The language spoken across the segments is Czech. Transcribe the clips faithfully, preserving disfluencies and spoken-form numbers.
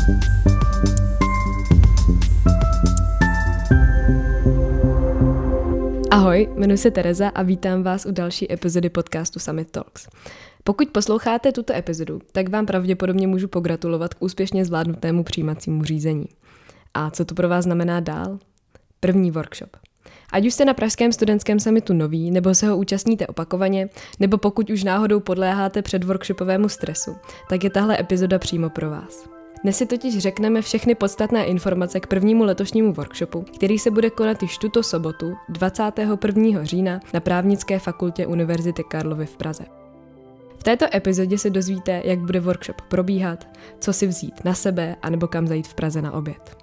Ahoj, jmenuji se Tereza a vítám vás u další epizody podcastu Summit Talks. Pokud posloucháte tuto epizodu, tak vám pravděpodobně můžu pogratulovat k úspěšně zvládnutému přijímacímu řízení. A co to pro vás znamená dál? První workshop. Ať už jste na Pražském studentském summitu noví, nebo se ho účastníte opakovaně, nebo pokud už náhodou podléháte předworkshopovému stresu, tak je tahle epizoda přímo pro vás. Dnes si totiž řekneme všechny podstatné informace k prvnímu letošnímu workshopu, který se bude konat již tuto sobotu, dvacátého prvního října, na Právnické fakultě Univerzity Karlovy v Praze. V této epizodě se dozvíte, jak bude workshop probíhat, co si vzít na sebe, anebo kam zajít v Praze na oběd.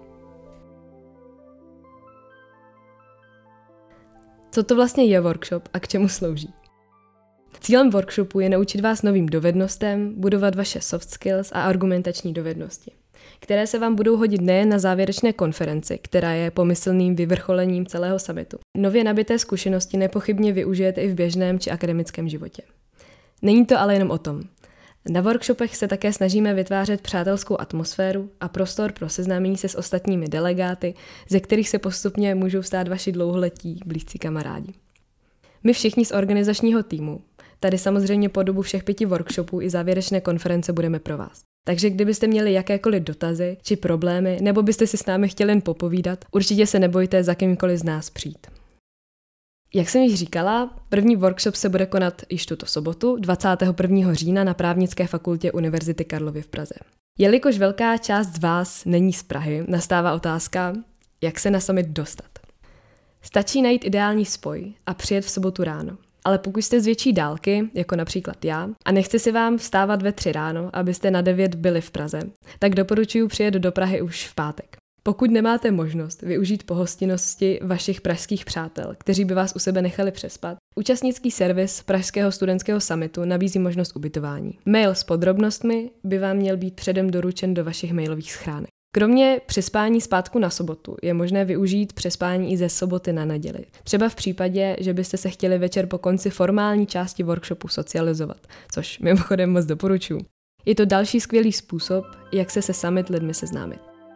Co to vlastně je workshop a k čemu slouží? Cílem workshopu je naučit vás novým dovednostem, budovat vaše soft skills a argumentační dovednosti, které se vám budou hodit nejen na závěrečné konferenci, která je pomyslným vyvrcholením celého summitu. Nově nabité zkušenosti nepochybně využijete i v běžném či akademickém životě. Není to ale jenom o tom. Na workshopech se také snažíme vytvářet přátelskou atmosféru a prostor pro seznámení se s ostatními delegáty, ze kterých se postupně můžou stát vaši dlouholetí blízcí kamarádi. My všichni z organizačního týmu, tady samozřejmě po dobu všech pěti workshopů i závěrečné konference budeme pro vás. Takže kdybyste měli jakékoliv dotazy či problémy, nebo byste si s námi chtěli jen popovídat, určitě se nebojte za kýmkoliv z nás přijít. Jak jsem již říkala, první workshop se bude konat již tuto sobotu, dvacátého prvního října na Právnické fakultě Univerzity Karlovy v Praze. Jelikož velká část z vás není z Prahy, nastává otázka, jak se na summit dostat. Stačí najít ideální spoj a přijet v sobotu ráno. Ale pokud jste z větší dálky, jako například já, a nechce si vám vstávat ve tři ráno, abyste na devět byli v Praze, tak doporučuji přijet do Prahy už v pátek. Pokud nemáte možnost využít pohostinnosti vašich pražských přátel, kteří by vás u sebe nechali přespat, účastnický servis Pražského studentského summitu nabízí možnost ubytování. Mail s podrobnostmi by vám měl být předem doručen do vašich mailových schránek. Kromě přespání zpátku na sobotu je možné využít přespání i ze soboty na neděli. Třeba v případě, že byste se chtěli večer po konci formální části workshopu socializovat, což mimochodem moc doporučuji. Je to další skvělý způsob, jak se se summit lidmi seznámit.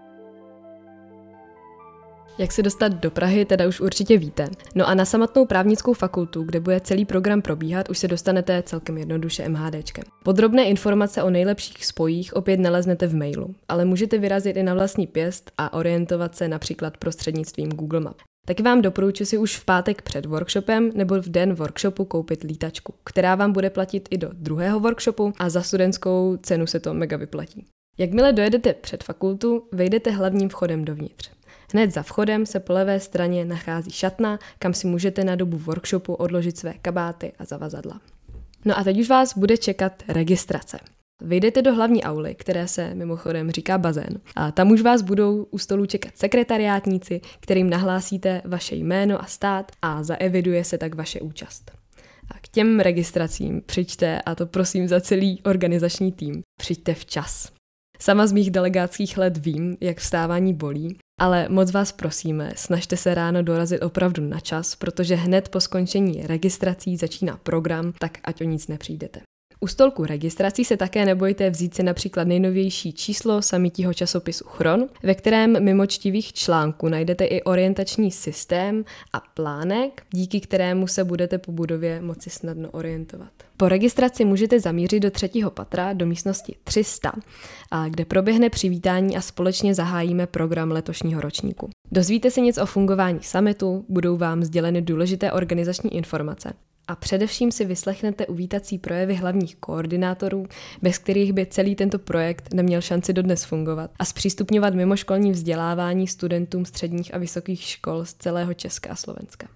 Jak se dostat do Prahy, teda už určitě víte. No a na samotnou právnickou fakultu, kde bude celý program probíhat, už se dostanete celkem jednoduše MHDčkem. Podrobné informace o nejlepších spojích opět naleznete v mailu, ale můžete vyrazit i na vlastní pěst a orientovat se například prostřednictvím Google Map. Taky vám doporučuji si už v pátek před workshopem nebo v den workshopu koupit lítačku, která vám bude platit i do druhého workshopu a za studentskou cenu se to mega vyplatí. Jakmile dojedete před fakultu, vejdete hlavním vchodem dovnitř. Hned za vchodem se po levé straně nachází šatna, kam si můžete na dobu workshopu odložit své kabáty a zavazadla. No a teď už vás bude čekat registrace. Vejdete do hlavní auly, které se mimochodem říká bazén. A tam už vás budou u stolu čekat sekretariátníci, kterým nahlásíte vaše jméno a stát a zaeviduje se tak vaše účast. A k těm registracím přijďte, a to prosím za celý organizační tým, přijďte včas. Sama z mých delegátských let vím, jak vstávání bolí, ale moc vás prosíme, snažte se ráno dorazit opravdu na čas, protože hned po skončení registrací začíná program, tak ať o nic nepřijdete. U stolku registrací se také nebojte vzít si například nejnovější číslo summitního časopisu Chron, ve kterém mimo čtivých článků najdete i orientační systém a plánek, díky kterému se budete po budově moci snadno orientovat. Po registraci můžete zamířit do třetího patra do místnosti tři sta, kde proběhne přivítání a společně zahájíme program letošního ročníku. Dozvíte se něco o fungování summitu, budou vám sděleny důležité organizační informace. A především si vyslechnete uvítací projevy hlavních koordinátorů, bez kterých by celý tento projekt neměl šanci dodnes fungovat a zpřístupňovat mimoškolní vzdělávání studentům středních a vysokých škol z celého Česka a Slovenska.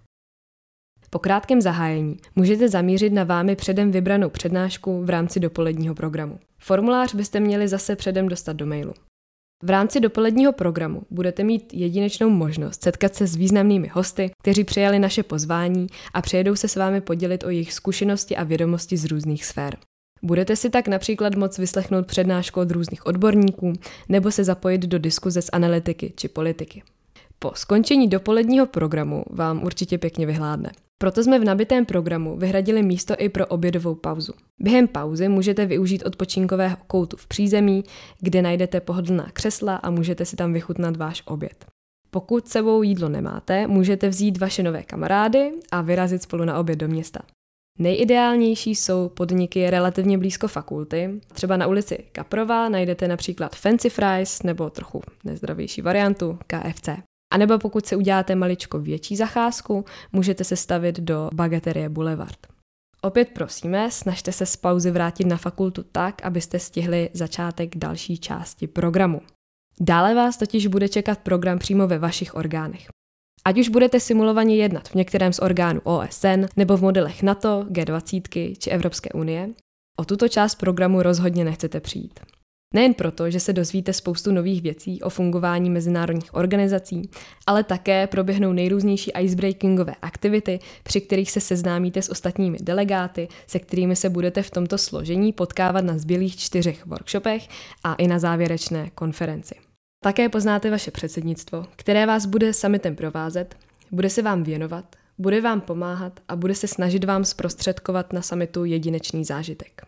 Po krátkém zahájení můžete zamířit na vámi předem vybranou přednášku v rámci dopoledního programu. Formulář byste měli zase předem dostat do mailu. V rámci dopoledního programu budete mít jedinečnou možnost setkat se s významnými hosty, kteří přijali naše pozvání a přijedou se s vámi podělit o jejich zkušenosti a vědomosti z různých sfér. Budete si tak například moct vyslechnout přednášku od různých odborníků nebo se zapojit do diskuze z analytiky či politiky. Po skončení dopoledního programu vám určitě pěkně vyhládne. Proto jsme v nabitém programu vyhradili místo i pro obědovou pauzu. Během pauzy můžete využít odpočinkového koutu v přízemí, kde najdete pohodlná křesla a můžete si tam vychutnat váš oběd. Pokud s sebou jídlo nemáte, můžete vzít vaše nové kamarády a vyrazit spolu na oběd do města. Nejideálnější jsou podniky relativně blízko fakulty. Třeba na ulici Kaprova najdete například Fancy Fries nebo trochu nezdravější variantu K F C. A nebo pokud si uděláte maličko větší zacházku, můžete se stavit do Bagaterie Boulevard. Opět prosíme, snažte se z pauzy vrátit na fakultu tak, abyste stihli začátek další části programu. Dále vás totiž bude čekat program přímo ve vašich orgánech. Ať už budete simulovaně jednat v některém z orgánů O S N nebo v modelech NATO, G dvacet či Evropské unie, o tuto část programu rozhodně nechcete přijít. Nejen proto, že se dozvíte spoustu nových věcí o fungování mezinárodních organizací, ale také proběhnou nejrůznější icebreakingové aktivity, při kterých se seznámíte s ostatními delegáty, se kterými se budete v tomto složení potkávat na zbylých čtyřech workshopech a i na závěrečné konferenci. Také poznáte vaše předsednictvo, které vás bude summitem provázet, bude se vám věnovat, bude vám pomáhat a bude se snažit vám zprostředkovat na summitu jedinečný zážitek.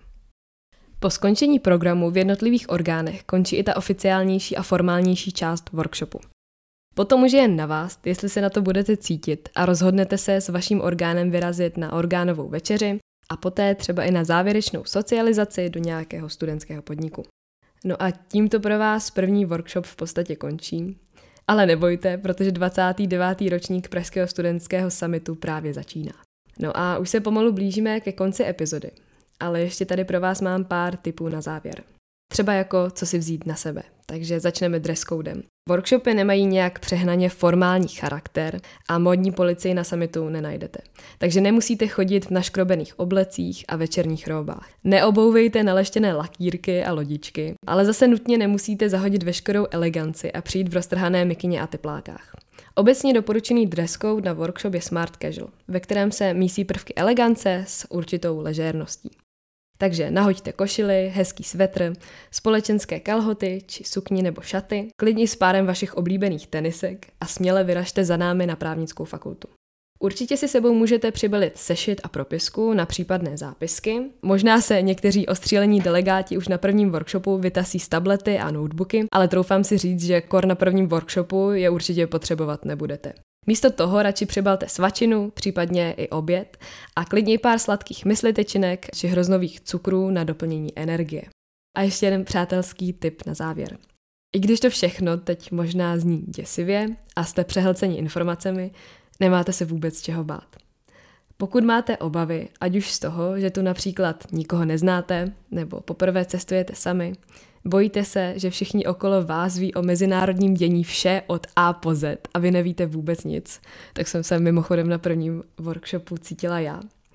Po skončení programu v jednotlivých orgánech končí i ta oficiálnější a formálnější část workshopu. Potom už je jen na vás, jestli se na to budete cítit a rozhodnete se s vaším orgánem vyrazit na orgánovou večeři a poté třeba i na závěrečnou socializaci do nějakého studentského podniku. No a tímto pro vás první workshop v podstatě končí. Ale nebojte, protože dvacátý devátý ročník Pražského studentského summitu právě začíná. No a už se pomalu blížíme ke konci epizody. Ale ještě tady pro vás mám pár tipů na závěr. Třeba jako co si vzít na sebe. Takže začneme dress codem. Workshopy nemají nějak přehnaně formální charakter a módní policii na summitu nenajdete. Takže nemusíte chodit v naškrobených oblecích a večerních róbách. Neobouvejte naleštěné lakírky a lodičky, ale zase nutně nemusíte zahodit veškerou eleganci a přijít v roztrhané mikině a teplákách. Obecně doporučený dress code na workshop je smart casual, ve kterém se mísí prvky elegance s určitou ležérností. Takže nahoďte košili, hezký svetr, společenské kalhoty či sukni nebo šaty, klidně s párem vašich oblíbených tenisek a směle vyražte za námi na právnickou fakultu. Určitě si sebou můžete přibalit sešit a propisku na případné zápisky. Možná se někteří ostřílení delegáti už na prvním workshopu vytasí z tablety a notebooky, ale troufám si říct, že kor na prvním workshopu je určitě potřebovat nebudete. Místo toho radši přibalte svačinu, případně i oběd a klidně pár sladkých myslitečinek či hroznových cukrů na doplnění energie. A ještě jeden přátelský tip na závěr. I když to všechno teď možná zní děsivě a jste přehlceni informacemi, nemáte se vůbec čeho bát. Pokud máte obavy, ať už z toho, že tu například nikoho neznáte, nebo poprvé cestujete sami, bojíte se, že všichni okolo vás ví o mezinárodním dění vše od A po Z a vy nevíte vůbec nic, tak jsem se mimochodem na prvním workshopu cítila já.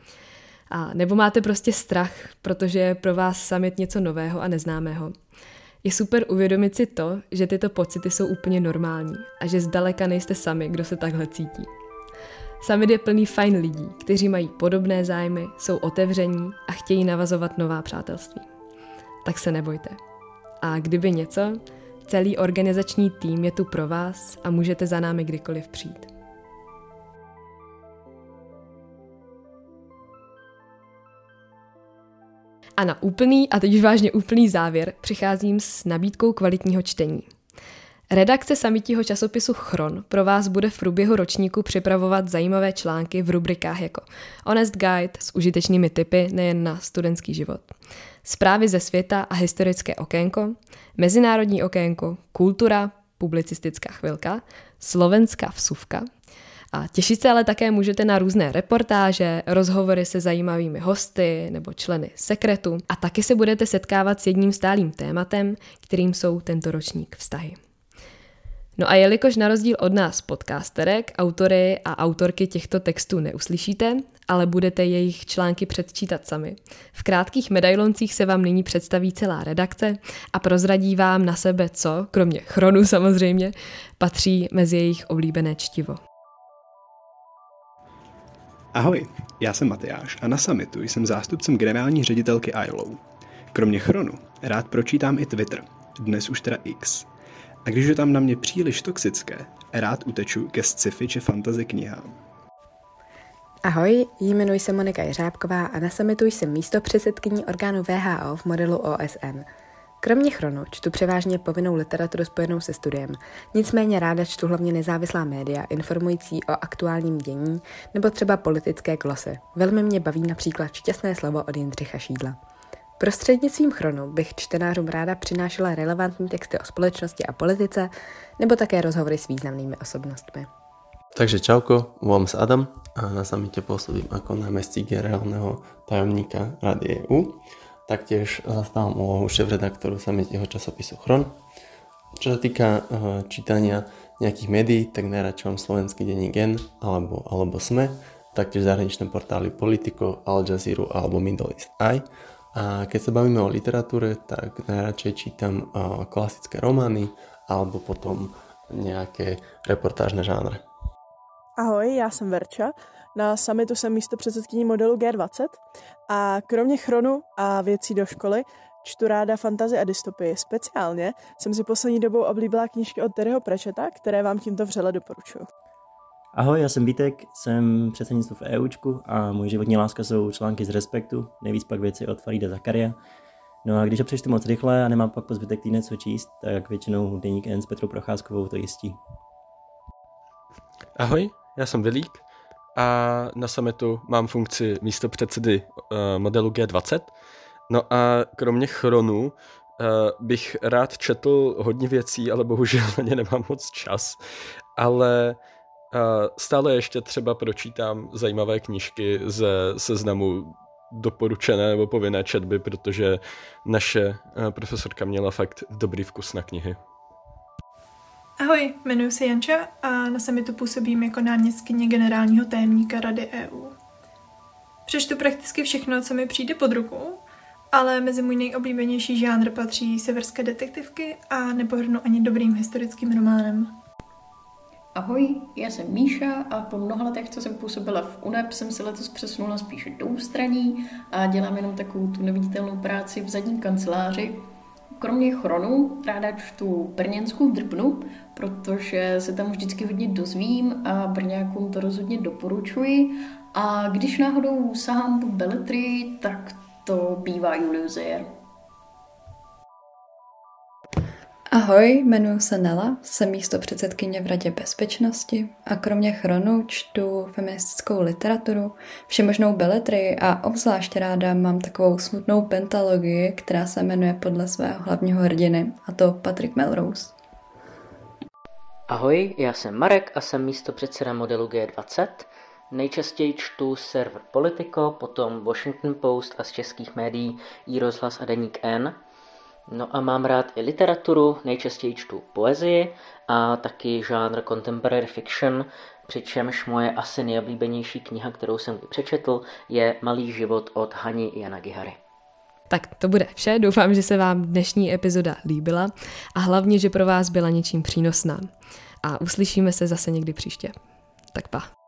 A nebo máte prostě strach, protože je pro vás summit něco nového a neznámého. Je super uvědomit si to, že tyto pocity jsou úplně normální a že zdaleka nejste sami, kdo se takhle cítí. Summit je plný fajn lidí, kteří mají podobné zájmy, jsou otevření a chtějí navazovat nová přátelství. Tak se nebojte. A kdyby něco, celý organizační tým je tu pro vás a můžete za námi kdykoliv přijít. A na úplný, a teď už vážně úplný závěr, přicházím s nabídkou kvalitního čtení. Redakce summitního časopisu Chron pro vás bude v průběhu ročníku připravovat zajímavé články v rubrikách jako Honest Guide s užitečnými tipy nejen na studentský život, zprávy ze světa a historické okénko, mezinárodní okénko, kultura, publicistická chvilka, slovenská vsuvka. A těšit se ale také můžete na různé reportáže, rozhovory se zajímavými hosty nebo členy sekretu a taky se budete setkávat s jedním stálým tématem, kterým jsou tento ročník vztahy. No a jelikož na rozdíl od nás podcasterek, autory a autorky těchto textů neuslyšíte, ale budete jejich články předčítat sami. V krátkých medailoncích se vám nyní představí celá redakce a prozradí vám na sebe co, kromě Chronu samozřejmě, patří mezi jejich oblíbené čtivo. Ahoj, já jsem Matyáš a na summitu jsem zástupcem generální ředitelky I L O. Kromě Chronu rád pročítám i Twitter, dnes už teda X. A když je tam na mě příliš toxické, rád uteču ke sci-fi či fantasy knihám. Ahoj, jmenuji se Monika Jeřábková a na summitu jsem místopředsedkyní orgánu V H O v modelu O S N. Kromě Chronu čtu převážně povinnou literaturu spojenou se studiem, nicméně ráda čtu hlavně nezávislá média informující o aktuálním dění nebo třeba politické glosy. Velmi mě baví například Šťastné slovo od Jindřicha Šídla. Prostřednictvím Chronu bych čtenářům ráda přinášela relevantní texty o společnosti a politice nebo také rozhovory s významnými osobnostmi. Takže čauko, volám sa Adam a na samite pôsobím ako námestník generálneho tajomníka Rady E U. Taktiež zastávam úlohu šéfredaktoru samitného časopisu Chron. Čo sa týka uh, čítania nejakých médií, tak najradšej mám slovenský denník N alebo, alebo SME, taktiež zahraničné portály Politico, Al Jazeera alebo Middle East Eye. A keď sa bavíme o literatúre, tak najradšej čítam uh, klasické romány alebo potom nejaké reportážne žánre. Ahoj, já jsem Verča. Na summitu jsem místopředsedkyní modelu G dvacet a kromě Chronu a věcí do školy čtu ráda fantazii a dystopii. Speciálně jsem si poslední dobou oblíbila knížky od Terryho Pratchetta, které vám tímto vřele doporučuji. Ahoj, já jsem Vítek, jsem předsednictvu v EUčku a můj životní láska jsou články z Respektu, nejvíc pak věci od Farida Zakaria. No a když ho přečtu moc rychle a nemám pak po zbytek týdne co číst, tak většinou deník N s Petrou Procházkovou to jistí. Ahoj, já jsem Vilík a na summitu mám funkci místopředsedy uh, modelu G dvacet. No a kromě Chronu uh, bych rád četl hodně věcí, ale bohužel na ně nemám moc čas. Ale uh, stále ještě třeba pročítám zajímavé knížky ze seznamu doporučené nebo povinné četby, protože naše uh, profesorka měla fakt dobrý vkus na knihy. Ahoj, jmenuji se Janča a na summitu působím jako náměstkyně generálního tajemníka Rady E U. Přečtu prakticky všechno, co mi přijde pod ruku, ale mezi můj nejoblíbenější žánr patří severské detektivky a nepohrnu ani dobrým historickým románem. Ahoj, já jsem Míša a po mnoha letech, co jsem působila v U N E P, jsem se letos přesunula spíše do ústraní a dělám jenom takovou tu neviditelnou práci v zadním kanceláři. Kromě Chronu ráda čtu brněnskou Drbnu, protože se tam vždycky hodně dozvím a Brňákům to rozhodně doporučuji. A když náhodou sahám po beletrii, tak to bývá Julius Zeyer. Ahoj, jmenuji se Nela, jsem místopředsedkyně v Radě bezpečnosti a kromě Chronu čtu feministickou literaturu, všemožnou beletrii a obzvlášť ráda mám takovou smutnou pentalogii, která se jmenuje podle svého hlavního hrdiny, a to Patrick Melrose. Ahoj, já jsem Marek a jsem místopředseda modelu G dvacet. Nejčastěji čtu server Politico, potom Washington Post a z českých médií iRozhlas a deník N. No a mám rád i literaturu, nejčastěji čtu poezii a taky žánr contemporary fiction, přičemž moje asi nejoblíbenější kniha, kterou jsem kdy přečetl, je Malý život od Hani Yanagihary. Tak to bude vše, doufám, že se vám dnešní epizoda líbila a hlavně, že pro vás byla něčím přínosná. A uslyšíme se zase někdy příště. Tak pa.